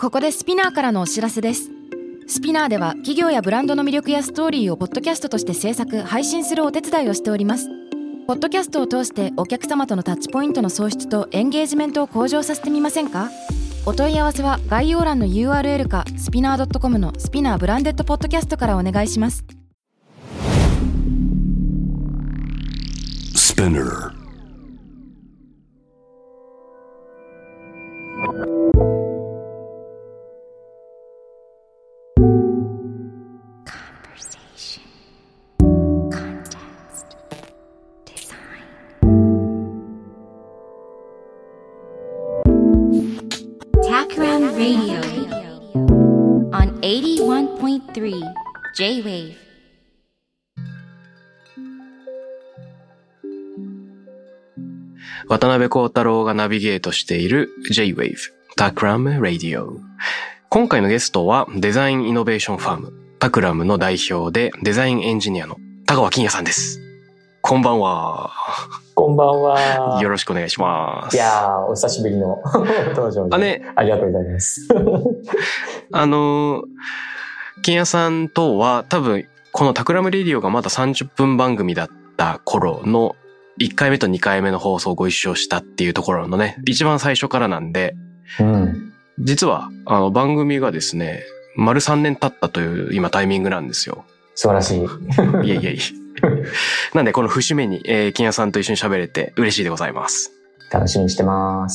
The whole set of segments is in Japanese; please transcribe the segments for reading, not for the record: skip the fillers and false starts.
ここでスピナーからのお知らせです。スピナーでは企業やブランドの魅力やストーリーをポッドキャストとして制作・配信するお手伝いをしております。ポッドキャストを通してお客様とのタッチポイントの創出とエンゲージメントを向上させてみませんか？お問い合わせは概要欄の URL かスピナー .com のスピナーブランデッドポッドキャストからお願いします。 Spinner Takran Radio on 81.3 J-Wave。 渡辺幸太郎がナビゲートしている J-Wave Takran Radio。今回のゲストはデザインイノベーションファームタクラムの代表でデザインエンジニアの田川金也さんです。こんばんは。 こんばんは。 よろしくお願いします。 いやー、お久しぶりの登場で、ありがとうございます。 金也さんとは多分このタクラムレディオがまだ30分番組だった頃の1回目と2回目の放送をご一緒したっていうところのね、一番最初からなんで、実は番組がですね、丸3年経ったという今タイミングなんですよ。 素晴らしい。 いえいえ。なんでこの節目に、金谷さんと一緒に喋れて嬉しいでございます。 楽しみにしてます。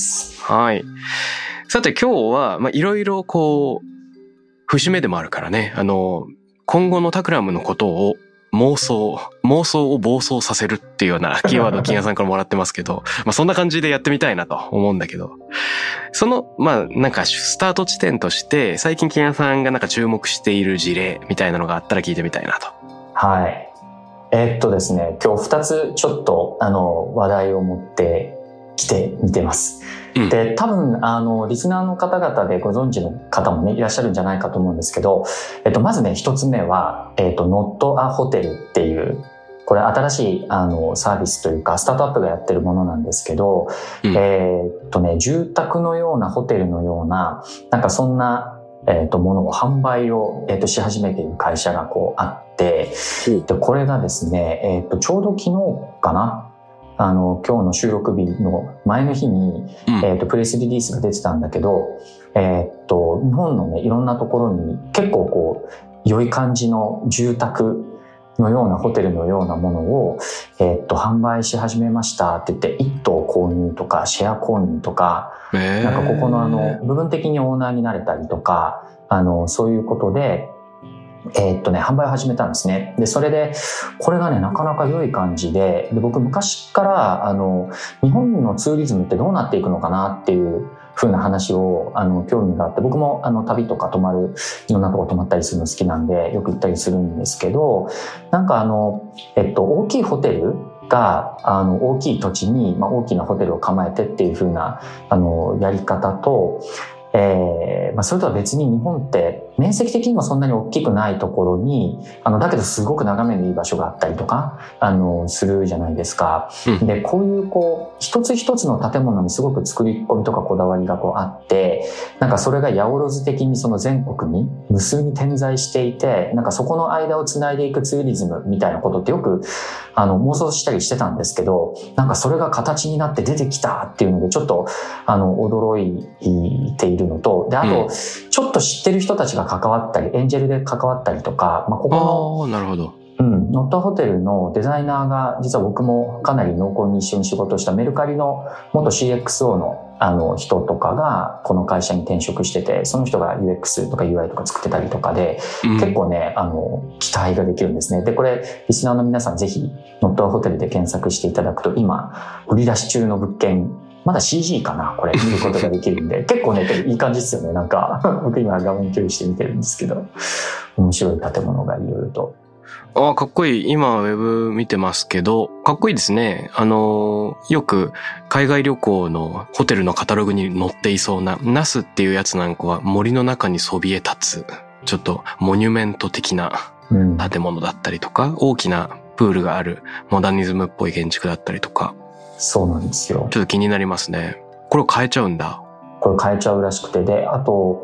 はい。さて今日はいろいろこう節目でもあるからね、今後のタクラムのことを妄想を暴走させるっていうようなキーワードを金谷さんからもらってますけど、そんな感じでやってみたいなと思うんだけど、そのなんかスタート地点として最近金谷さんがなんか注目している事例みたいなのがあったら聞いてみたいなと。 はい。ですね、今日2つちょっと話題を持ってきてみてます。で、多分リスナーの方々でご存知の方もねいらっしゃるんじゃないかと思うんですけど、まずね1つ目はNot a Hotel っていうこれ新しいサービスというかスタートアップがやってるものなんですけど、住宅のようなホテルのようななんかそんなものを販売をし始めている会社がこうあって、でこれがですねちょうど昨日かな今日の収録日の前の日に、プレスリリースが出てたんだけど、日本のねいろんなところに結構こう良い感じの住宅のようなホテルのようなものを、販売し始めましたって言って1棟購入とかシェア購入とか、なんかここの部分的にオーナーになれたりとかそういうことで販売を始めたんですね。で、それで、これがね、なかなか良い感じで、僕昔から、日本のツーリズムってどうなっていくのかなっていう風な話を、興味があって、僕も、旅とかいろんなとこ泊まったりするの好きなんで、よく行ったりするんですけど、なんか大きいホテルが、大きい土地に、大きなホテルを構えてっていう風な、やり方と、それとは別に日本って面積的にもそんなに大きくないところにだけどすごく眺めのいい場所があったりとかするじゃないですか、でこういう一つ一つの建物にすごく作り込みとかこだわりがあってなんかそれが八百万的にその全国に無数に点在していてなんかそこの間をつないでいくツーリズムみたいなことってよく妄想したりしてたんですけどなんかそれが形になって出てきたっていうのでちょっと驚いているのとであと、ちょっと知ってる人たちが関わったりエンジェルで関わったりとか、ここのなるほどノットホテルのデザイナーが実は僕もかなり濃厚に一緒に仕事したメルカリの元 CXO の人とかがこの会社に転職しててその人が UX とか UI とか作ってたりとかで、結構ね期待ができるんですね。でこれリスナーの皆さんぜひノットホテルで検索していただくと今売り出し中の物件まだ CG かなこれ見ることができるんで結構ねいい感じですよね。なんか僕今画面共有して見てるんですけど面白い建物がいろいろとかっこいい。今ウェブ見てますけどかっこいいですね。よく海外旅行のホテルのカタログに載っていそうなナスっていうやつなんかは森の中にそびえ立つちょっとモニュメント的な建物だったりとか、大きなプールがあるモダニズムっぽい建築だったりとかそうなんですよ。 ちょっと気になりますね。これを変えちゃうんだ。 これ変えちゃうらしくてであと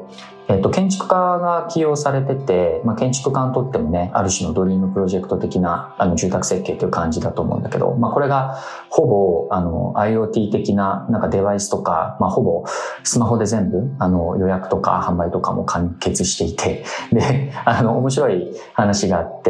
建築家が起用されてて、建築家にとってもね、ある種のドリームプロジェクト的な住宅設計という感じだと思うんだけど、これがほぼIoT 的ななんかデバイスとか、ほぼスマホで全部予約とか販売とかも完結していて、で、面白い話があって、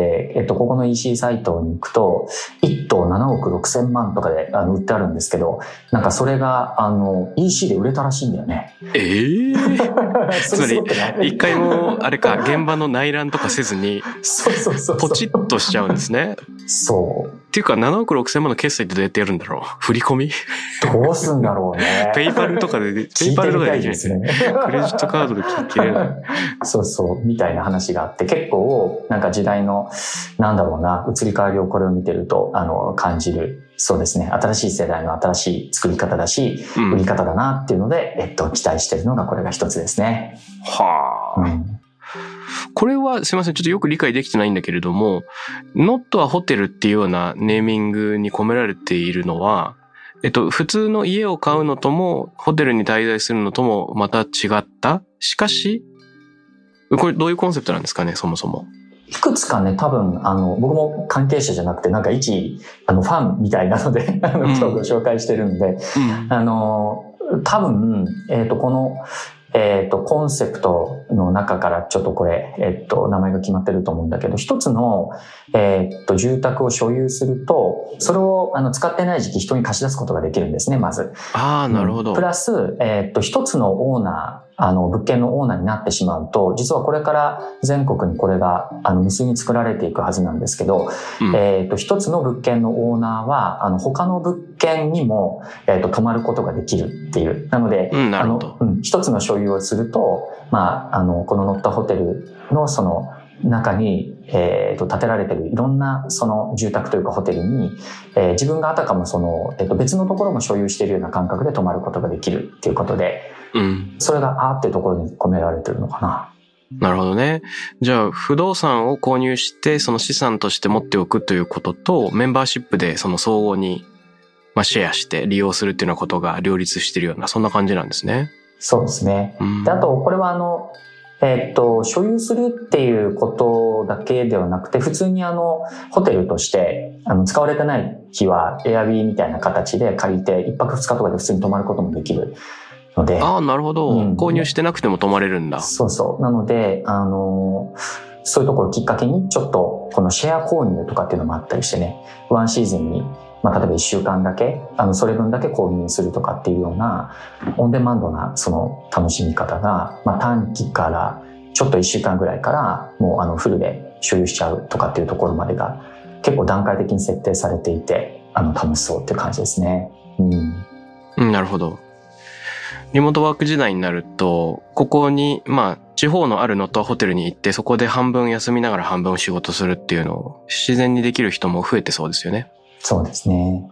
ここの EC サイトに行くと、1棟7億6千万とかで売ってあるんですけど、なんかそれがEC で売れたらしいんだよね。 つまり一回もあれか、現場の内覧とかせずにポチッとしちゃうんですね。 そうっていうか、7億6千万の決済ってどうやってやるんだろう。振り込みどうすんだろうね。 ペイパルとかでできないですね。クレジットカードで切れない。 そうみたいな話があって、結構なんか時代のなんだろうな、移り変わりをこれを見てると感じる。そうですね。新しい世代の新しい作り方だし、売り方だなっていうので、期待してるのがこれが一つですね。 はあ。これはすいません、ちょっとよく理解できてないんだけれども、Not a Hotelっていうようなネーミングに込められているのは、普通の家を買うのとも、ホテルに滞在するのともまた違った？しかし、これどういうコンセプトなんですかね、そもそも。 いくつかね、多分、僕も関係者じゃなくて、なんか一、ファンみたいなので、今日ご紹介してるんで、多分、この、コンセプトの中からちょっとこれ、名前が決まってると思うんだけど、一つの、住宅を所有すると、それを使ってない時期人に貸し出すことができるんですね、まず。 なるほど。 プラス、一つのオーナー、物件のオーナーになってしまうと、実はこれから全国にこれが、無数に作られていくはずなんですけど、一つの物件のオーナーは、他の物件にも、泊まることができるっていう。なので、一つの所有をすると、このノットホテルのその中に、建てられているいろんなその住宅というかホテルに、自分があたかもその、別のところも所有しているような感覚で泊まることができるっていうことで、それがっていうところに込められてるのかな。 なるほどね。じゃあ不動産を購入してその資産として持っておくということと、メンバーシップでその相互にシェアして利用するっていうようなことが両立しているような、そんな感じなんですね。 そうですね。で、あとこれは所有するっていうことだけではなくて、普通にホテルとして使われてない日はエアビーみたいな形で借りて一泊二日とかで普通に泊まることもできるので。 なるほど。購入してなくても泊まれるんだ。 そう。なので、そういうところをきっかけにちょっとこのシェア購入とかっていうのもあったりしてね、ワンシーズンに例えば1週間だけそれ分だけ購入するとかっていうようなオンデマンドなその楽しみ方が、短期からちょっと1週間ぐらいからもうフルで所有しちゃうとかっていうところまでが結構段階的に設定されていて楽しそうっていう感じですね。 なるほど。リモートワーク時代になると、ここに地方のあるノットホテルに行って、そこで半分休みながら半分仕事するっていうのを自然にできる人も増えてそうですよね。 そうですね。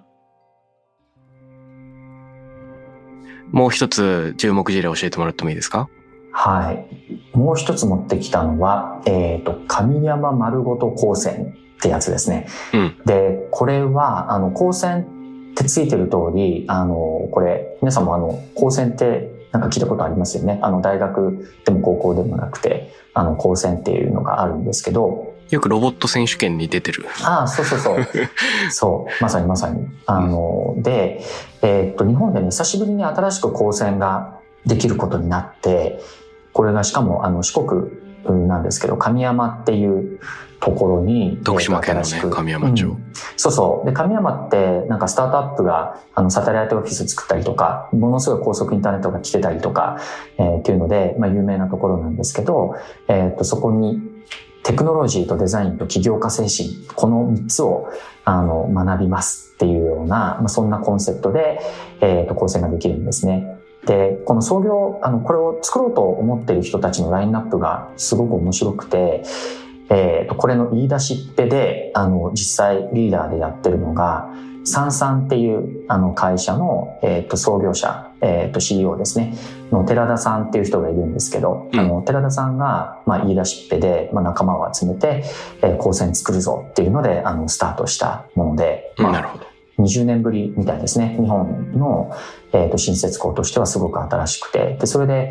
もう一つ注目事例を教えてもらってもいいですか？ はい。もう一つ持ってきたのは、神山丸ごと高専ってやつですね。で、これは、高専ってついてる通り、これ、皆さんも高専ってなんか聞いたことありますよね。大学でも高校でもなくて、高専っていうのがあるんですけど、 よくロボット選手権に出てる。 そう。そう、まさに。で、日本でね、久しぶりに新しく高専ができることになって、これがしかも四国なんですけど、神山っていうところに、 徳島県のね、神山町。 そう。で、神山ってなんかスタートアップがサテライトオフィス作ったりとか、ものすごい高速インターネットが来てたりとか、っていうので、有名なところなんですけど、そこにテクノロジーとデザインと起業家精神、この3つを学びますっていうような、そんなコンセプトで、高専ができるんですね。で、この創業、これを作ろうと思っている人たちのラインナップがすごく面白くて、これの言い出しっぺで、実際リーダーでやってるのが、サンサンっていう会社の、創業者、CEO ですね、の寺田さんっていう人がいるんですけど、寺田さんが、言い出しっぺで、仲間を集めて、高専作るぞっていうので、スタートしたもので、 なるほど。 20年ぶりみたいですね。日本の、新設校としてはすごく新しくて、で、それで、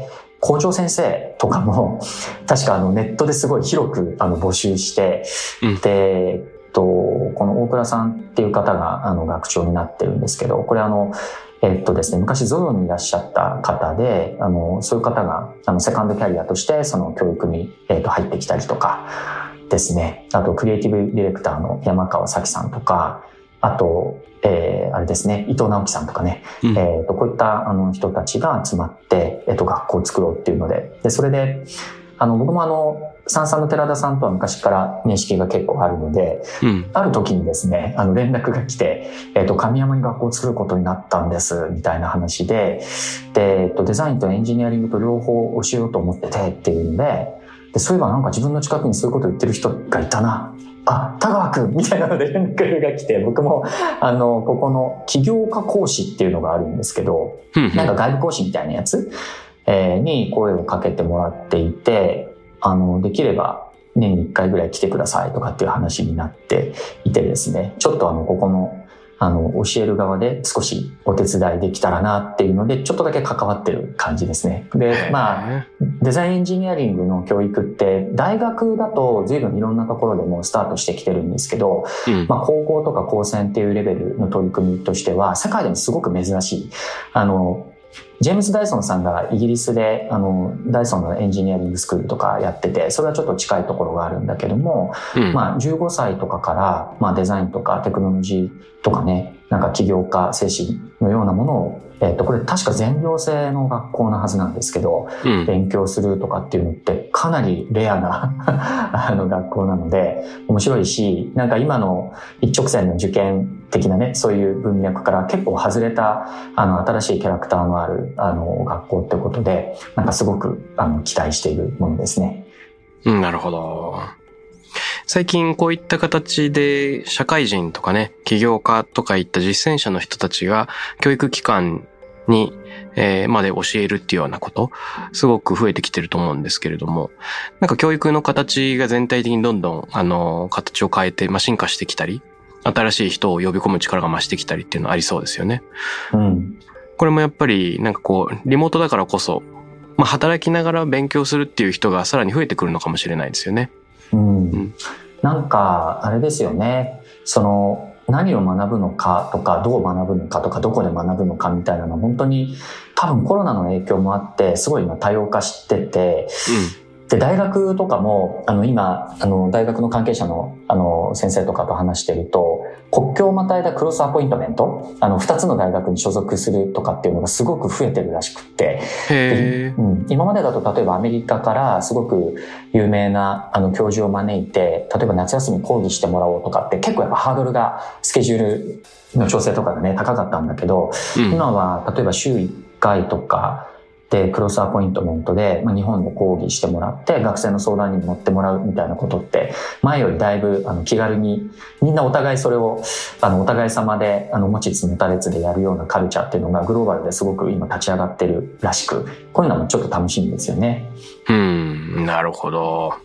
校長先生とかも、確かネットですごい広く募集して、で、この大倉さんっていう方が学長になってるんですけど、これですね、昔ゾゾにいらっしゃった方で、そういう方がセカンドキャリアとしてその教育に入ってきたりとかですね、あとクリエイティブディレクターの山川咲さんとか、あと、あれですね、伊藤直樹さんとかね、こういった人たちが集まって、学校を作ろうっていうので、それで、僕もさんさんの寺田さんとは昔から面識が結構あるので、ある時にですね、連絡が来て、神山に学校を作ることになったんです、みたいな話で、デザインとエンジニアリングと両方教えようと思っててっていうので、そういえばなんか自分の近くにそういうこと言ってる人がいたな。あ、田川くんみたいなので連絡が来て、僕も、ここの起業家講師っていうのがあるんですけど、なんか外部講師みたいなやつ、に声をかけてもらっていて、できれば年に1回ぐらい来てくださいとかっていう話になっていてですね、ちょっとここの、教える側で少しお手伝いできたらなっていうので、ちょっとだけ関わってる感じですね。で、デザインエンジニアリングの教育って、大学だと随分いろんなところでもうスタートしてきてるんですけど、高校とか高専っていうレベルの取り組みとしては、世界でもすごく珍しい。ジェームズ・ダイソンさんがイギリスでダイソンのエンジニアリングスクールとかやってて、それはちょっと近いところがあるんだけども、15歳とかから、デザインとかテクノロジーとかね、なんか起業家精神のようなものを、これ確か全寮制の学校のはずなんですけど、勉強するとかっていうのってかなりレアな学校なので面白いし、なんか今の一直線の受験的なね、そういう文脈から結構外れた新しいキャラクターのある学校ってことで、なんかすごく期待しているものですね。 なるほど。最近こういった形で社会人とかね、起業家とかいった実践者の人たちが教育機関に、まで教えるっていうようなこと、すごく増えてきてると思うんですけれども、なんか教育の形が全体的にどんどん、形を変えて、進化してきたり、新しい人を呼び込む力が増してきたりっていうのはありそうですよね。これもやっぱり、なんかこう、リモートだからこそ、働きながら勉強するっていう人がさらに増えてくるのかもしれないですよね。 なんか、あれですよね。何を学ぶのかとか、どう学ぶのかとか、どこで学ぶのかみたいなのは本当に多分コロナの影響もあって、すごい今多様化してて、で、大学とかも、今、大学の関係者の、先生とかと話してると、国境をまたいだクロスアポイントメント、2つの大学に所属するとかっていうのがすごく増えてるらしくって、今までだと例えばアメリカからすごく有名な、教授を招いて、例えば夏休み講義してもらおうとかって結構やっぱハードルが、スケジュールの調整とかがね、高かったんだけど、今は例えば週1回とか、でクロスアポイントメントで、日本で講義してもらって学生の相談にも乗ってもらうみたいなことって前よりだいぶ気軽にみんなお互いそれをお互い様で持ちつ持たれつでやるようなカルチャーっていうのがグローバルですごく今立ち上がってるらしく、こういうのもちょっと楽しみですよね。 なるほど。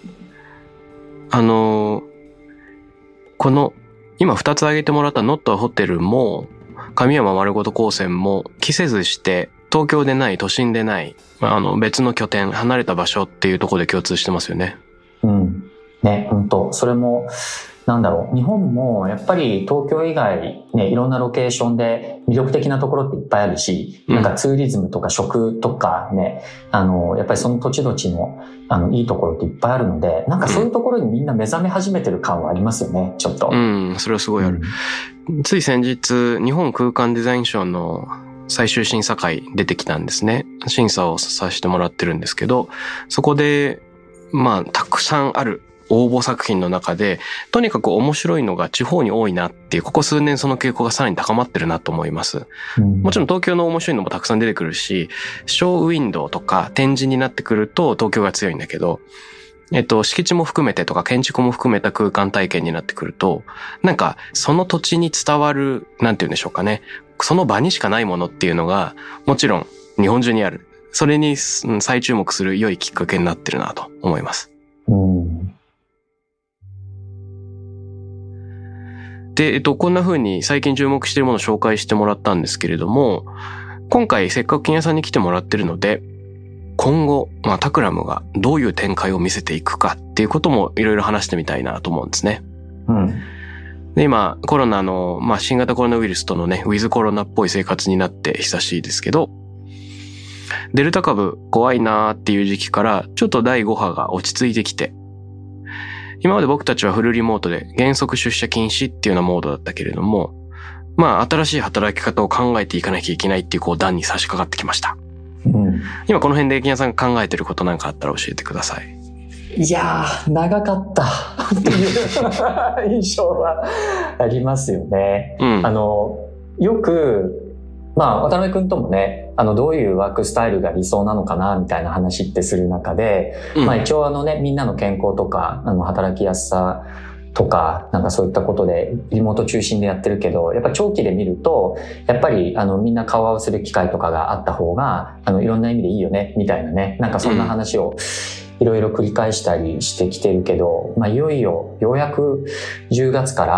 この今2つ挙げてもらったノットホテルも神山丸ごと高専も期せずして東京でない、都心でない、別の拠点、離れた場所っていうところで共通してますよね。 ね、本当それも、日本もやっぱり東京以外ね、いろんなロケーションで魅力的なところっていっぱいあるし、なんかツーリズムとか食とかね、やっぱりその土地土地の、いいところっていっぱいあるので、なんかそういうところにみんな目覚め始めてる感はありますよね、ちょっと。 それはすごいある。つい先日、日本空間デザイン賞の最終審査会出てきたんですね。審査をさせてもらってるんですけど、そこで、たくさんある応募作品の中で、とにかく面白いのが地方に多いなっていう、ここ数年その傾向がさらに高まってるなと思います。もちろん東京の面白いのもたくさん出てくるし、ショーウィンドウとか展示になってくると東京が強いんだけど、敷地も含めてとか建築も含めた空間体験になってくると、なんかその土地に伝わる、なんて言うんでしょうかね。その場にしかないものっていうのが、もちろん日本中にある。それに再注目する良いきっかけになってるなと思います。で、こんな風に最近注目しているものを紹介してもらったんですけれども、今回せっかく金谷さんに来てもらってるので、 今後、タクラムがどういう展開を見せていくかっていうこともいろいろ話してみたいなと思うんですね。で、今、コロナの、新型コロナウイルスとのね、ウィズコロナっぽい生活になって久しいですけど、デルタ株怖いなーっていう時期からちょっと第5波が落ち着いてきて、今まで僕たちはフルリモートで原則出社禁止っていうようなモードだったけれども、新しい働き方を考えていかなきゃいけないっていう段に差し掛かってきました。今この辺で木屋さんが考えてることなんかあったら教えてください。 いやー、長かったっていう印象はありますよね。よく、渡辺くんともね、どういうワークスタイルが理想なのかな、みたいな話ってする中で、一応みんなの健康とか、働きやすさとか、なんかそういったことで、リモート中心でやってるけど、やっぱ長期で見ると、やっぱり、みんな顔合わせる機会とかがあった方が、いろんな意味でいいよね、みたいなね、なんかそんな話を、いろいろ繰り返したりしてきてるけど、いよいよ、ようやく10月から、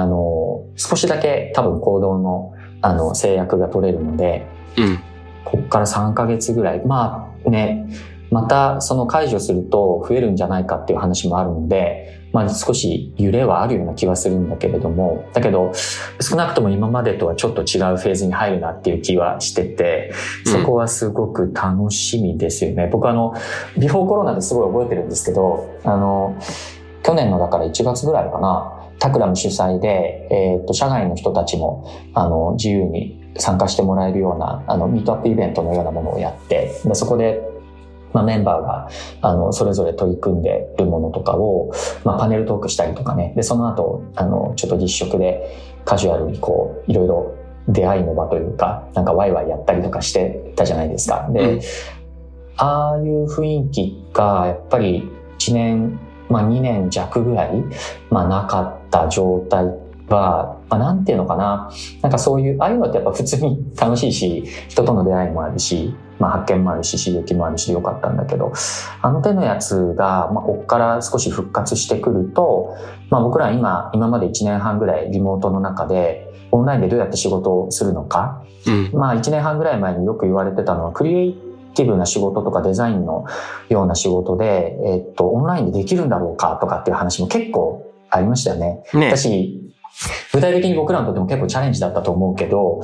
少しだけ多分行動の、制約が取れるので、こっから3ヶ月ぐらい、またその解除すると増えるんじゃないかっていう話もあるので、少し揺れはあるような気はするんだけれども、だけど少なくとも今までとはちょっと違うフェーズに入るなっていう気はしてて、そこはすごく楽しみですよね。僕ビフォーコロナですごい覚えてるんですけど、去年のだから1月ぐらいかな、タクラム主催で、社外の人たちも自由に参加してもらえるようなミートアップイベントのようなものをやって、でそこでメンバーがそれぞれ取り組んでるものとかを、パネルトークしたりとかね、でその後ちょっと実食でカジュアルにこういろいろ出会いの場というか、なんかワイワイやったりとかしてたじゃないですか。で、ああいう雰囲気がやっぱり1年2年弱ぐらい、なかった状態は、なんていうのかな。なんかそういう、ああいうのってやっぱ普通に楽しいし、人との出会いもあるし、発見もあるし、刺激もあるし、よかったんだけど、あの手のやつが、こっから少し復活してくると、僕ら今まで1年半ぐらいリモートの中で、オンラインでどうやって仕事をするのか。1年半ぐらい前によく言われてたのは、クリエイティブな仕事とかデザインのような仕事で、オンラインでできるんだろうかとかっていう話も結構ありましたよね。私、具体的に僕らにとっても結構チャレンジだったと思うけど、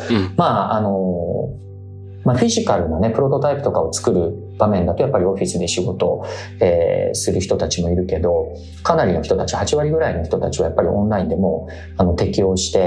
フィジカルなね、プロトタイプとかを作る場面だとやっぱりオフィスで仕事を、する人たちもいるけど、かなりの人たち、8割ぐらいの人たちはやっぱりオンラインでも適応して、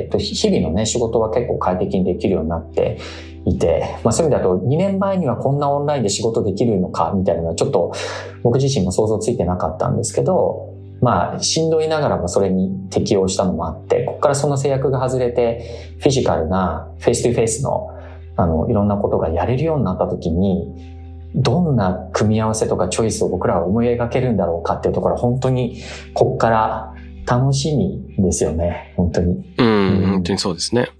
日々のね、仕事は結構快適にできるようになっていて、そういう意味だと2年前にはこんなオンラインで仕事できるのかみたいなのはちょっと僕自身も想像ついてなかったんですけど、しんどいながらもそれに適応したのもあって、ここからその制約が外れてフィジカルなフェイストゥフェイスのいろんなことがやれるようになった時に、どんな組み合わせとかチョイスを僕らは思い描けるんだろうかっていうところは本当にここから楽しみですよね、本当に。 本当にそうですね。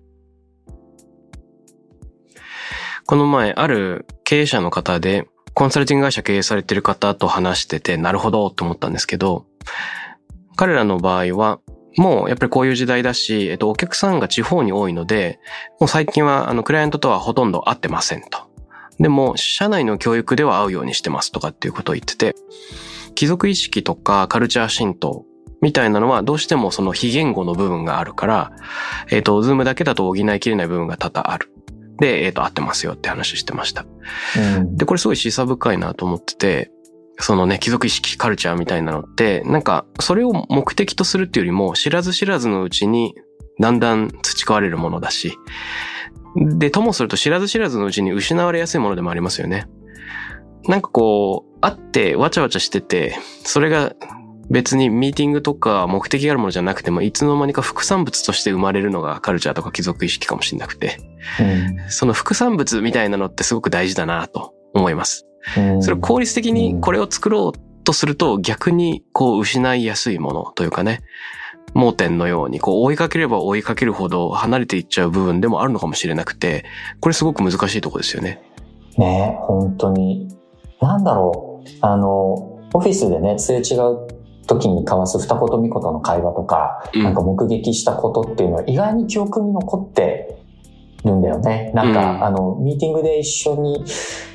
この前ある経営者の方でコンサルティング会社経営されてる方と話してて、なるほどと思ったんですけど、彼らの場合はもうやっぱりこういう時代だし、お客さんが地方に多いので、もう最近はクライアントとはほとんど会ってませんと。でも社内の教育では会うようにしてますとかっていうことを言ってて、帰属意識とかカルチャー浸透みたいなのはどうしてもその非言語の部分があるから、ズームだけだと補いきれない部分が多々ある。で、合ってますよって話してました。で、これすごい示唆深いなと思ってて、そのね、帰属意識カルチャーみたいなのって、なんか、それを目的とするっていうよりも、知らず知らずのうちに、だんだん培われるものだし、で、ともすると知らず知らずのうちに失われやすいものでもありますよね。なんかこう、会ってわちゃわちゃしてて、それが別にミーティングとか目的があるものじゃなくても、いつの間にか副産物として生まれるのがカルチャーとか帰属意識かもしれなくて、その副産物みたいなのってすごく大事だなと思います。それを効率的にこれを作ろうとすると逆にこう失いやすいものというかね、盲点のようにこう追いかければ追いかけるほど離れていっちゃう部分でもあるのかもしれなくて、これすごく難しいところですよね。 ね、本当に。なんだろう。オフィスでね、すれ違う時に交わす二言三言の会話とか、なんか目撃したことっていうのは意外に記憶に残ってるんだよね。なんか、ミーティングで一緒に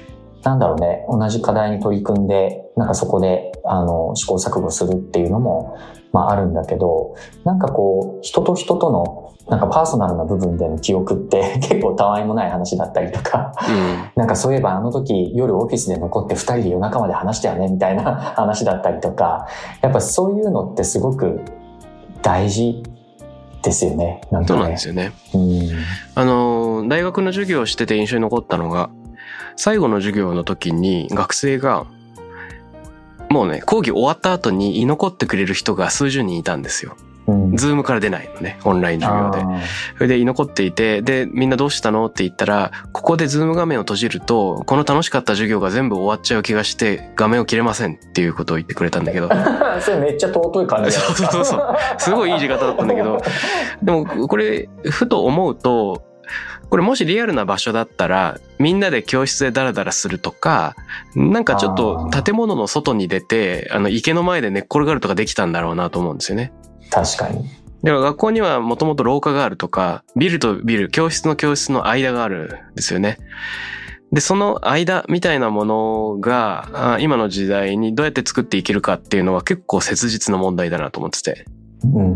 なんだろうね、同じ課題に取り組んで、なんかそこで、試行錯誤するっていうのも、まああるんだけど、なんかこう、人と人との、なんかパーソナルな部分での記憶って結構たわいもない話だったりとか、なんかそういえばあの時夜オフィスで残って2人で夜中まで話したよねみたいな話だったりとか、やっぱそういうのってすごく大事ですよね。なんかね。 そうなんですよね。大学の授業をしてて印象に残ったのが、最後の授業の時に学生が、もうね、講義終わった後に居残ってくれる人が数十人いたんですよ。ズームから出ないのね、オンライン授業で。それで居残っていて、で、みんなどうしたのって言ったら、ここでズーム画面を閉じると、この楽しかった授業が全部終わっちゃう気がして、画面を切れませんっていうことを言ってくれたんだけど。 それめっちゃ尊い感じだ。 そう。すごいいい言い方だったんだけど、でもこれ、ふと思うと、これもしリアルな場所だったら、みんなで教室でダラダラするとか、なんかちょっと建物の外に出て、池の前で寝っ転がるとかできたんだろうなと思うんですよね。 確かに。 でも学校にはもともと廊下があるとか、ビルとビル、教室の間があるんですよね。で、その間みたいなものが、今の時代にどうやって作っていけるかっていうのは結構切実な問題だなと思ってて。やっ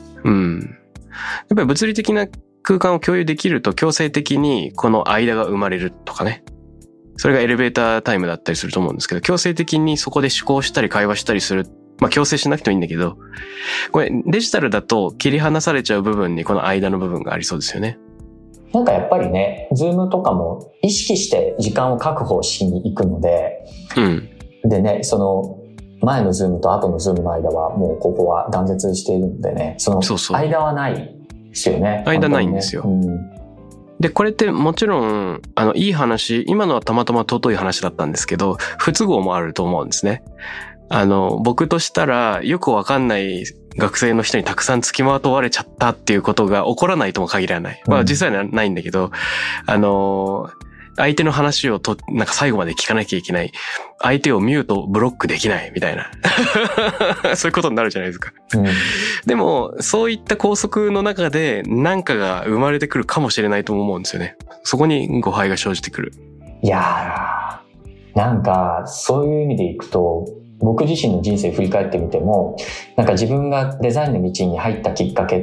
ぱり物理的な空間を共有できると強制的にこの間が生まれるとかね。それがエレベータータイムだったりすると思うんですけど、強制的にそこで思考したり会話したりする。まあ強制しなくてもいいんだけど、これデジタルだと切り離されちゃう部分にこの間の部分がありそうですよね。 なんかやっぱりね、ズームとかも意識して時間を確保しに行くので、でね、その前のズームと後のズームの間はもうここは断絶しているのでね、その間はないですよね。 間ないんですよ。で、これってもちろん、いい話、今のはたまたま尊い話だったんですけど、不都合もあると思うんですね。僕としたらよくわかんない学生の人にたくさん付きまとわれちゃったっていうことが起こらないとも限らない。まあ実際にはないんだけど、相手の話をなんか最後まで聞かなきゃいけない。相手をミュート、ブロックできないみたいな。そういうことになるじゃないですか。でも、そういった拘束の中で何かが生まれてくるかもしれないと思うんですよね。そこに誤解が生じてくる。 いやー、なんかそういう意味でいくと、僕自身の人生振り返ってみても、なんか自分がデザインの道に入ったきっかけって、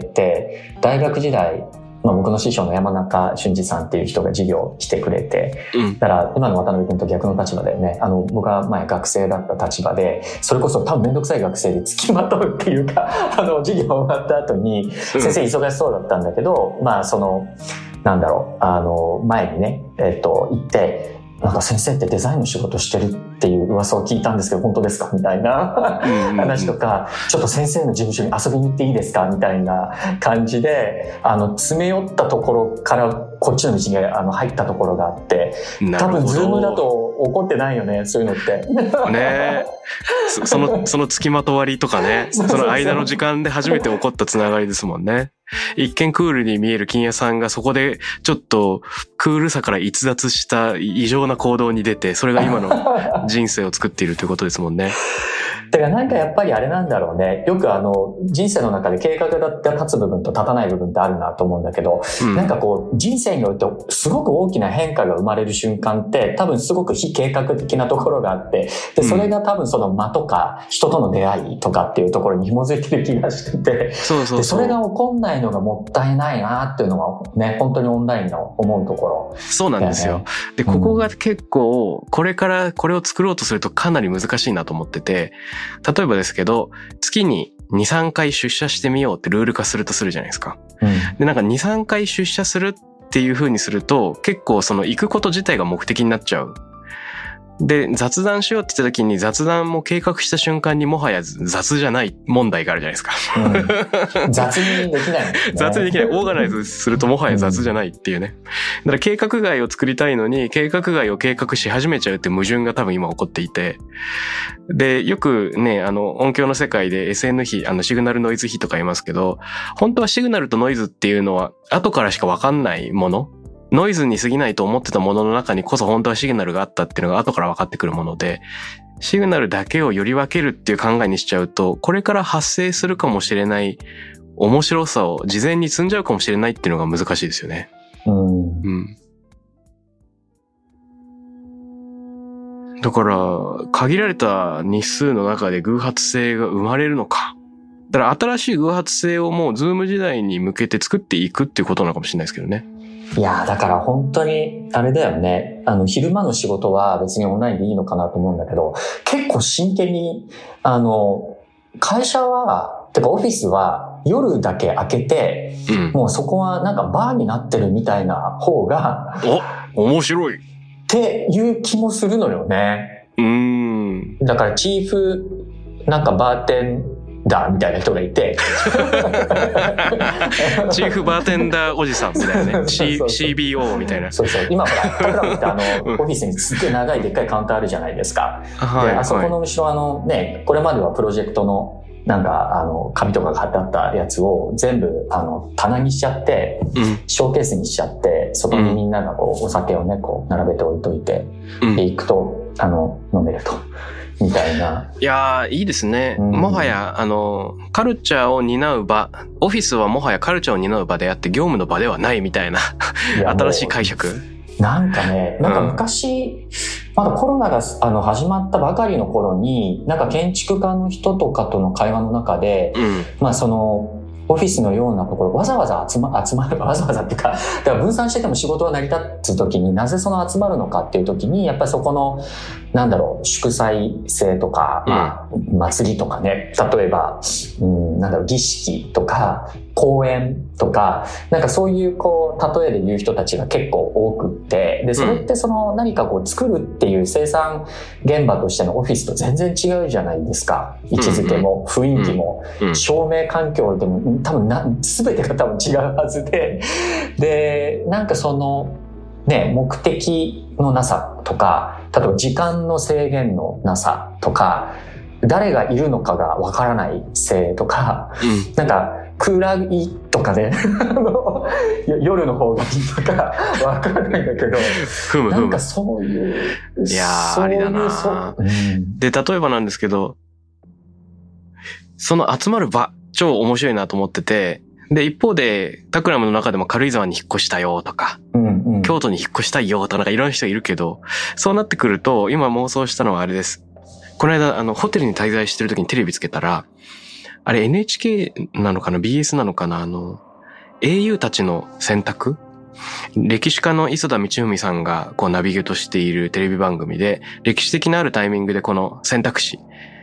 大学時代、僕の師匠の山中俊二さんっていう人が授業来てくれて、だから今の渡辺君と逆の立場だよね。僕は前学生だった立場で、それこそ多分めんどくさい学生で付きまとうっていうか、授業終わった後に、先生忙しそうだったんだけど、前にね、行って、なんか先生ってデザインの仕事してるっていう噂を聞いたんですけど本当ですかみたいな話とか、ちょっと先生の事務所に遊びに行っていいですかみたいな感じで詰め寄ったところからこっちの道に入ったところがあって、多分ズームだと起こってないよね、そういうのってねえその付きまとわりとかね、その間の時間で初めて起こったつながりですもんね。一見クールに見える金谷さんがそこでちょっとクールさから逸脱した異常な行動に出て、それが今の人生を作っているということですもんね。 だからなんかやっぱりあれなんだろうね。よく人生の中で計画が立つ部分と立たない部分ってあるなと思うんだけど、なんかこう人生においてすごく大きな変化が生まれる瞬間って多分すごく非計画的なところがあって、でそれが多分その間とか人との出会いとかっていうところに紐づいてる気がしてて、でそれが起こんないのがもったいないなっていうのがね、本当にオンラインの思うところ、ね。 そうなんですよ。でここが結構これからこれを作ろうとするとかなり難しいなと思ってて、例えばですけど、月に 2,3 回出社してみようってルール化するとするじゃないですか。で、なんか 2,3 回出社するっていう風にすると、結構その行くこと自体が目的になっちゃう。で、雑談しようって言った時に雑談も計画した瞬間にもはや雑じゃない問題があるじゃないですか。 雑にできない、ね。 雑にできない。オーガナイズするともはや雑じゃないっていうね。だから計画外を作りたいのに、計画外を計画し始めちゃうって矛盾が多分今起こっていて。で、よくね、音響の世界で SN 比、シグナルノイズ比とか言いますけど、本当はシグナルとノイズっていうのは後からしかわかんないもの。ノイズに過ぎないと思ってたものの中にこそ本当はシグナルがあったっていうのが後から分かってくるもので、シグナルだけをより分けるっていう考えにしちゃうと、これから発生するかもしれない面白さを事前に積んじゃうかもしれないっていうのが難しいですよね。 だから限られた日数の中で偶発性が生まれるのか。だから新しい偶発性をもうズーム時代に向けて作っていくっていうことなのかもしれないですけどね。 いやだから本当にあれだよね。昼間の仕事は別にオンラインでいいのかなと思うんだけど、結構真剣に会社はてかオフィスは夜だけ開けて、もうそこはなんかバーになってるみたいな方が面白いっていう気もするのよね。だからチーフなんかバーテンダーみたいな人がいてチーフバーテンダーおじさんみたいなねCBO みたいな。 そう今ほらタクラムってオフィスにすっごい長いでっかいカウンターあるじゃないですか。であそこの後ろね、これまではプロジェクトのなんか紙とかが貼ってあったやつを全部棚にしちゃって、ショーケースにしちゃって、そこにみんながこうお酒をねこう並べて置いといて、で行くと飲めるとみたいな。 いやーいいですね。もはやカルチャーを担う場、オフィスはもはやカルチャーを担う場であって業務の場ではないみたいな新しい解釈。 なんかね、なんか昔、まだコロナが始まったばかりの頃に、なんか建築家の人とかとの会話の中で、まあそのオフィスのようなところわざわざ集まるわざわざっていうか、だから分散してても仕事が成り立つ時になぜその集まるのかっていう時に、やっぱりそこのなんだろう祝祭性とか、まあ祭りとかね、例えばなんだろう儀式とか公演とか、なんかそういうこう例えで言う人たちが結構多くって、でそれってその何かこう作るっていう生産現場としてのオフィスと全然違うじゃないですか。位置づけも雰囲気も照明環境でも多分全てが多分違うはずで、でなんかそのね目的のなさとか、例えば時間の制限のなさとか、誰がいるのかがわからないせいとか、なんか暗いとかね夜の方がいいとかわからないんだけど、なんかそういう、 いやーありだな。で例えばなんですけど、その集まる場超面白いなと思ってて、で一方でタクラムの中でも軽井沢に引っ越したよとか、京都に引っ越したいよとか、なんかいろんな人いるけど、そうなってくると今妄想したのはあれです。この間ホテルに滞在してる時にテレビつけたら、あれ NHK なのかな BS なのかな、英雄たちの選択、歴史家の磯田道文さんがこうナビゲートしているテレビ番組で、歴史的なあるタイミングでこの選択肢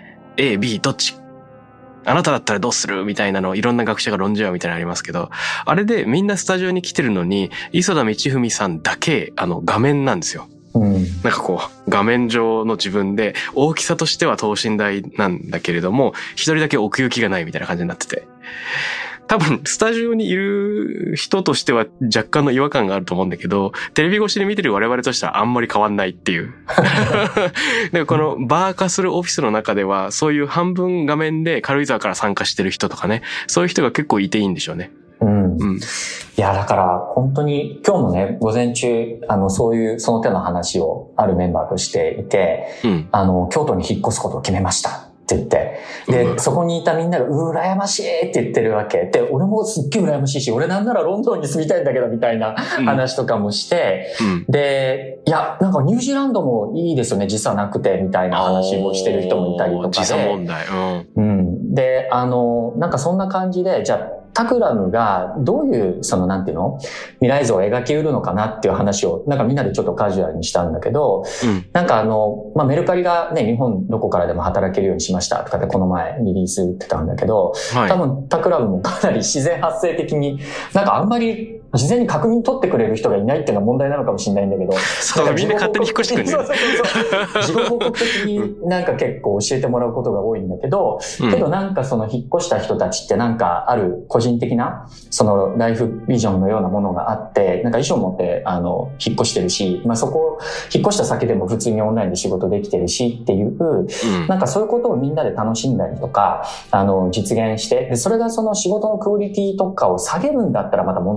A、B どっち、あなただったらどうするみたいなのをいろんな学者が論じ合うみたいなのありますけど、あれでみんなスタジオに来てるのに磯田道文さんだけ画面なんですよ。なんかこう画面上の自分で大きさとしては等身大なんだけれども、一人だけ奥行きがないみたいな感じになってて、多分スタジオにいる人としては若干の違和感があると思うんだけど、テレビ越しで見てる我々としてはあんまり変わんないっていうでこのバー化するオフィスの中ではそういう半分画面で軽井沢から参加してる人とかね、そういう人が結構いていいんでしょうね。 いやだから本当に今日もね午前中そういうその手の話をあるメンバーとしていて、京都に引っ越すことを決めましたって言って、でそこにいたみんなが羨ましいって言ってるわけで、俺もすっげえ羨ましいし、俺なんならロンドンに住みたいんだけどみたいな話とかもして、でいやなんかニュージーランドもいいですよね実はなくてみたいな話をしてる人もいたりとかで、 時差問題、 でなんかそんな感じで、じゃあタクラムがどういうそのなんていうの未来像を描きうるのかなっていう話をなんかみんなでちょっとカジュアルにしたんだけど、なんかメルカリがね日本どこからでも働けるようにしましたとかってこの前リリース打ってたんだけど、多分タクラムもかなり自然発生的になんかあんまり事前に確認取ってくれる人がいないっていうのは問題なのかもしれないんだけど、 そうみんな勝手に引っ越してくるね。 自己報告的になんか結構教えてもらうことが多いんだけど、けどなんかその引っ越した人たちってなんかある個人的なそのライフビジョンのようなものがあって、なんか衣装持って引っ越してるし、まあそこ引っ越した先でも普通にオンラインで仕事できてるしっていう、なんかそういうことをみんなで楽しんだりとか実現して、でそれがその仕事のクオリティとかを下げるんだったらまた問題なんだ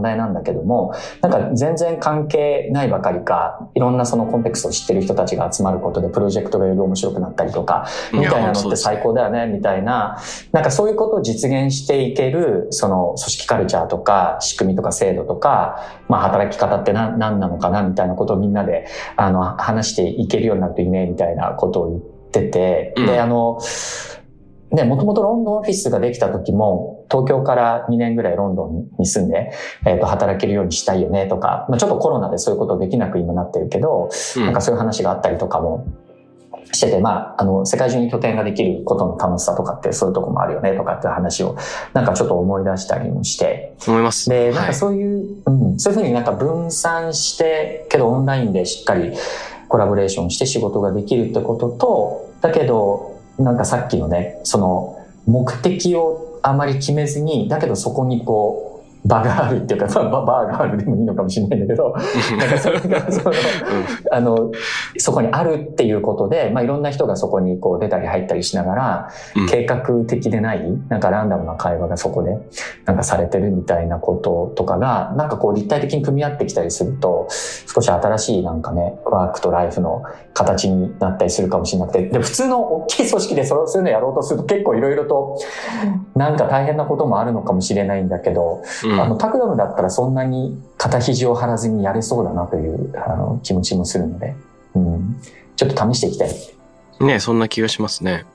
けども、なんか全然関係ないばかりか、いろんなそのコンテクストを知ってる人たちが集まることでプロジェクトがより面白くなったりとか、みたいなのって最高だよね、みたいな、なんかそういうことを実現していける、その組織カルチャーとか仕組みとか制度とか、まあ働き方って何なのかな、みたいなことをみんなで、話していけるようになるといいね、みたいなことを言ってて、で、ね、もともとロンドンオフィスができた時も、東京から2年ぐらいロンドンに住んで、働けるようにしたいよねとか、まあ、ちょっとコロナでそういうことできなく今なってるけど、なんかそういう話があったりとかもしてて、まあ、世界中に拠点ができることの楽しさとかってそういうとこもあるよねとかっていう話を、なんかちょっと思い出したりもして。 思います。 で、なんかそういう、そういうふうになんか分散して、けどオンラインでしっかりコラボレーションして仕事ができるってことと、だけど、なんかさっきのね、その目的をあまり決めずに、だけどそこにこう、場があるっていうか、バーがあるでもいいのかもしれないんだけど、なんかそれがそこにあるっていうことで、まあいろんな人がそこにこう出たり入ったりしながら、計画的でない、なんかランダムな会話がそこでなんかされてるみたいなこととかが、なんかこう立体的に組み合ってきたりすると、少し新しいなんかね、ワークとライフの形になったりするかもしれなくて、で普通の大きい組織でそういうのやろうとすると結構いろいろとなんか大変なこともあるのかもしれないんだけど、タクラムだったらそんなに肩肘を張らずにやれそうだなという気持ちもするので、ちょっと試していきたい。 ね、そんな気がしますね。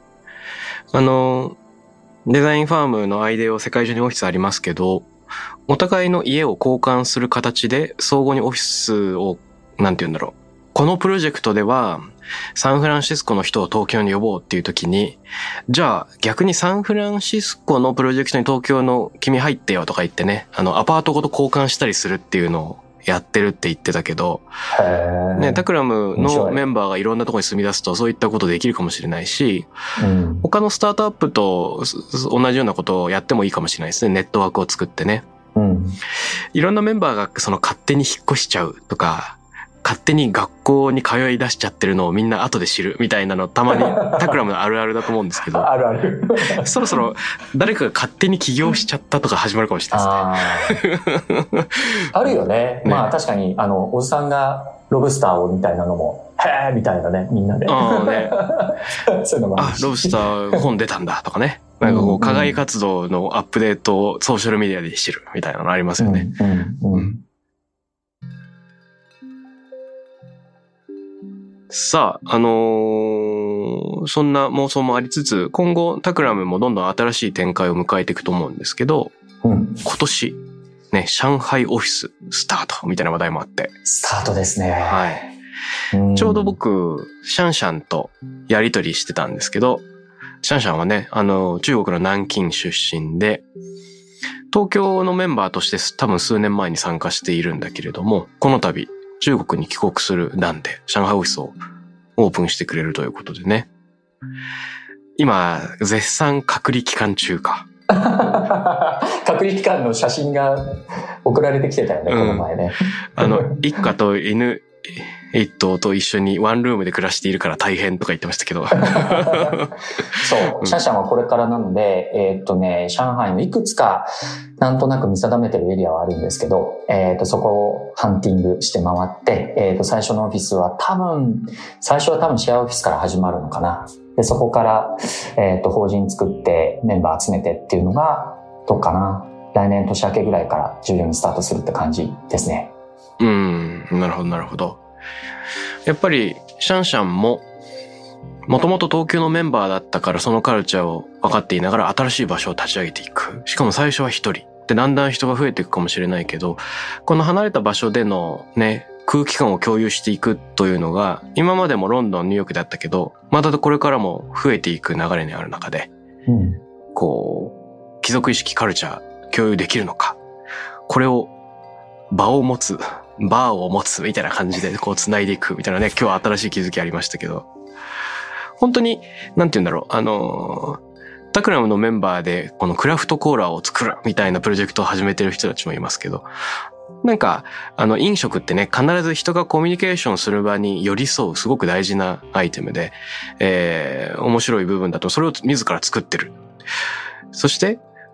デザインファームのアイデアを世界中にオフィスありますけど、お互いの家を交換する形で相互にオフィスを、なんて言うんだろう。このプロジェクトでは、サンフランシスコの人を東京に呼ぼうっていう時に、じゃあ逆にサンフランシスコのプロジェクトに東京の君入ってよとか言ってね、アパートごと交換したりするっていうのをやってるって言ってたけど、ね、タクラムのメンバーがいろんなところに住み出すとそういったことできるかもしれないし、他のスタートアップと同じようなことをやってもいいかもしれないですね。ネットワークを作ってね。いろんなメンバーがその勝手に引っ越しちゃうとか、勝手に学校に通い出しちゃってるのをみんな後で知るみたいなのたまにタクラムのあるあるだと思うんですけどあるあるそろそろ誰かが勝手に起業しちゃったとか始まるかもしれないですねあるよね。まあ確かにおじさんがロブスターをみたいなのもへーみたいなね、みんなでそういうのもあるし、 ロブスター本出たんだとかね、なんかこう課外活動のアップデートをソーシャルメディアで知るみたいなのありますよね。さあ、そんな妄想もありつつ、今後タクラムもどんどん新しい展開を迎えていくと思うんですけど、今年ね、上海オフィススタートみたいな話題もあって。 スタートですね。 はい。ちょうど僕、シャンシャンとやりとりしてたんですけど、シャンシャンはね、中国の南京出身で、東京のメンバーとして多分数年前に参加しているんだけれども、この度、中国に帰国する段で上海オフィスをオープンしてくれるということでね。今、絶賛隔離期間中か。 隔離期間の写真が送られてきてたよね、この前ね。 一家と犬一頭と一緒にワンルームで暮らしているから大変とか言ってましたけど。そう、 シャンシャンはこれからなので、上海のいくつかなんとなく見定めてるエリアはあるんですけど、そこをハンティングして回って、最初のオフィスは最初は多分シェアオフィスから始まるのかな。で、そこから、法人作ってメンバー集めてっていうのが、どうかな。来年年明けぐらいから重要にスタートするって感じですね。 なるほど、なるほど。やっぱり、シャンシャンも、もともと東京のメンバーだったからそのカルチャーを分かっていながら新しい場所を立ち上げていく。しかも最初は一人。で、だんだん人が増えていくかもしれないけど、この離れた場所でのね、空気感を共有していくというのが、今までもロンドン、ニューヨークだったけど、またこれからも増えていく流れにある中で、こう、貴族意識カルチャー共有できるのか。これを、バーを持つみたいな感じでこう繋いでいくみたいなね、今日は新しい気づきありましたけど、本当に、なんて言うんだろう、タクラムのメンバーでこのクラフトコーラを作るみたいなプロジェクトを始めてる人たちもいますけど、なんか、飲食ってね、必ず人がコミュニケーションする場に寄り添うすごく大事なアイテムで、面白い部分だとそれを自ら作ってる。そして、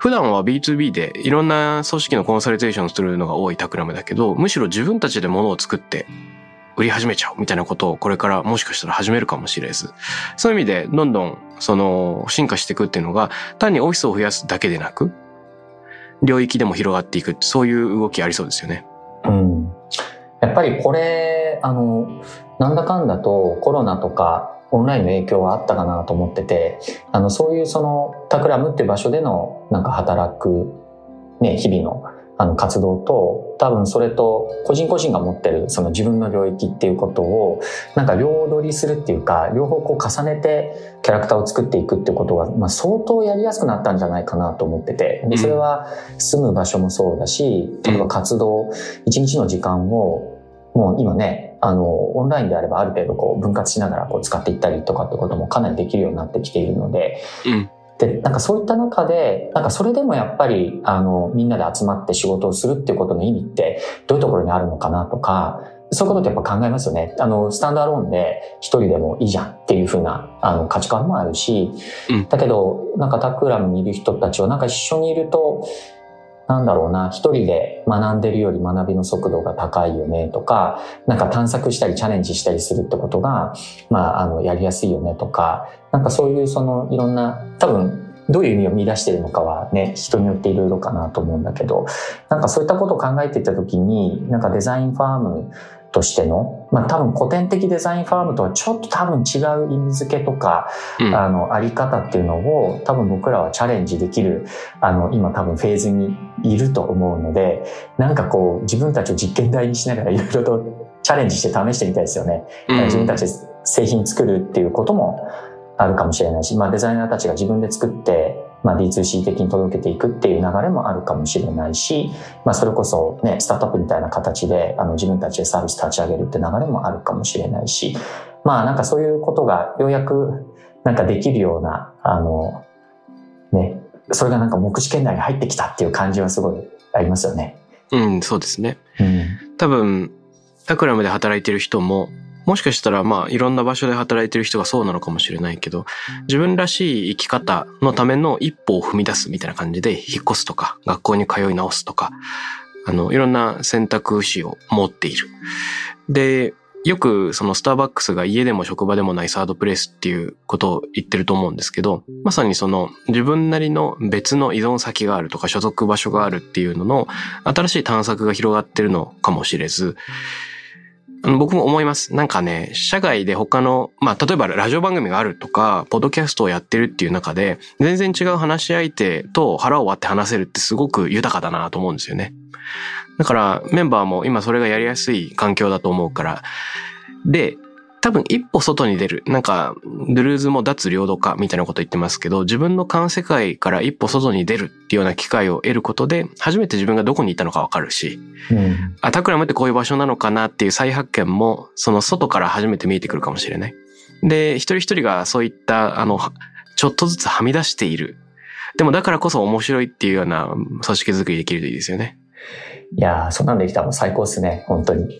普段は B2B でいろんな組織のコンサルテーションをするのが多いタクラムだけど、むしろ自分たちで物を作って売り始めちゃうみたいなことをこれからもしかしたら始めるかもしれず、そういう意味でどんどん進化していくっていうのが単にオフィスを増やすだけでなく、領域でも広がっていく、そういう動きありそうですよね。 やっぱりこれなんだかんだとコロナとかオンラインの影響はあったかなと思ってて、そういうタクラムっていう場所でのなんか働くね、日々の活動と、多分それと個人個人が持ってるその自分の領域っていうことをなんか両取りするっていうか、両方こう重ねてキャラクターを作っていくっていうことが、相当やりやすくなったんじゃないかなと思ってて、でそれは住む場所もそうだし、例えば活動一日の時間をもう今ね、オンラインであればある程度こう分割しながらこう使っていったりとかってこともかなりできるようになってきているので、でなんかそういった中でなんかそれでもやっぱりみんなで集まって仕事をするっていうことの意味ってどういうところにあるのかなとか、そういうことってやっぱ考えますよね。スタンドアローンで一人でもいいじゃんっていう風な価値観もあるし、だけどなんかタクラムにいる人たちはなんか一緒にいるとなんだろうな、一人で学んでるより学びの速度が高いよねとか、なんか探索したりチャレンジしたりするってことが、やりやすいよねとか、なんかそういういろんな、多分どういう意味を見出してるのかはね、人によっていろいろかなと思うんだけど、なんかそういったことを考えていったときに、なんかデザインファームとしての、多分古典的デザインファームとはちょっと多分違う意味付けとか、あり方っていうのを多分僕らはチャレンジできる、今多分フェーズにいると思うので、なんかこう自分たちを実験台にしながらいろいろとチャレンジして試してみたいですよね。自分たちで製品作るっていうこともあるかもしれないし、デザイナーたちが自分で作って、D2C 的に届けていくっていう流れもあるかもしれないし、それこそね、スタートアップみたいな形で自分たちでサービス立ち上げるって流れもあるかもしれないし、なんかそういうことがようやくなんかできるような、ね、それがなんか目視圏内に入ってきたっていう感じはすごいありますよね。 そうですね。多分、タクラムで働いてる人も、もしかしたらいろんな場所で働いてる人がそうなのかもしれないけど、自分らしい生き方のための一歩を踏み出すみたいな感じで引っ越すとか、学校に通い直すとか、いろんな選択肢を持っている。で、よくスターバックスが家でも職場でもないサードプレイスっていうことを言ってると思うんですけど、まさに自分なりの別の依存先があるとか所属場所があるっていうのの新しい探索が広がってるのかもしれず、僕も思います。なんかね、社外で他の、例えばラジオ番組があるとか、ポッドキャストをやってるっていう中で、全然違う話し相手と腹を割って話せるってすごく豊かだなと思うんですよね。だからメンバーも今それがやりやすい環境だと思うから。で、多分一歩外に出る。なんか、ドゥルーズも脱領土化みたいなこと言ってますけど、自分の環世界から一歩外に出るっていうような機会を得ることで、初めて自分がどこにいたのかわかるし、タクラムってこういう場所なのかなっていう再発見も、その外から初めて見えてくるかもしれない。で、一人一人がそういった、ちょっとずつはみ出している。でもだからこそ面白いっていうような組織づくりできるといいですよね。 いやー、そんなんできたらもう最高ですね、本当に。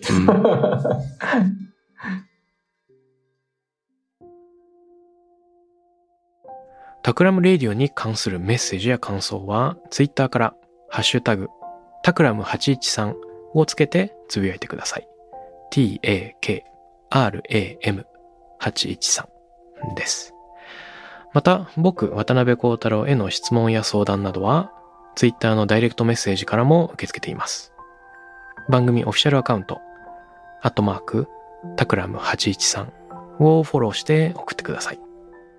タクラムレディオに関するメッセージや感想は、ツイッターからハッシュタグタクラム813をつけてつぶやいてください。TAKRAM813 です。また、僕、渡辺幸太郎への質問や相談などは、ツイッターのダイレクトメッセージからも受け付けています。番組オフィシャルアカウント、タクラム813をフォローして送ってください。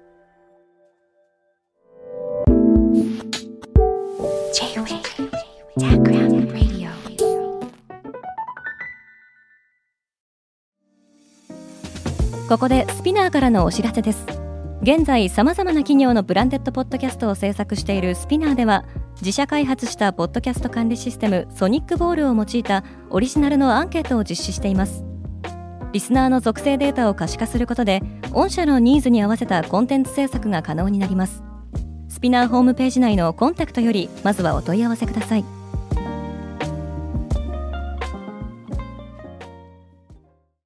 ここでスピナーからのお知らせです。現在様々な企業のブランデッドポッドキャストを制作しているスピナーでは、自社開発したポッドキャスト管理システムソニックボールを用いたオリジナルのアンケートを実施しています。リスナーの属性データを可視化することで、御社のニーズに合わせたコンテンツ制作が可能になります。スピナーホームページ内のコンタクトよりまずはお問い合わせください。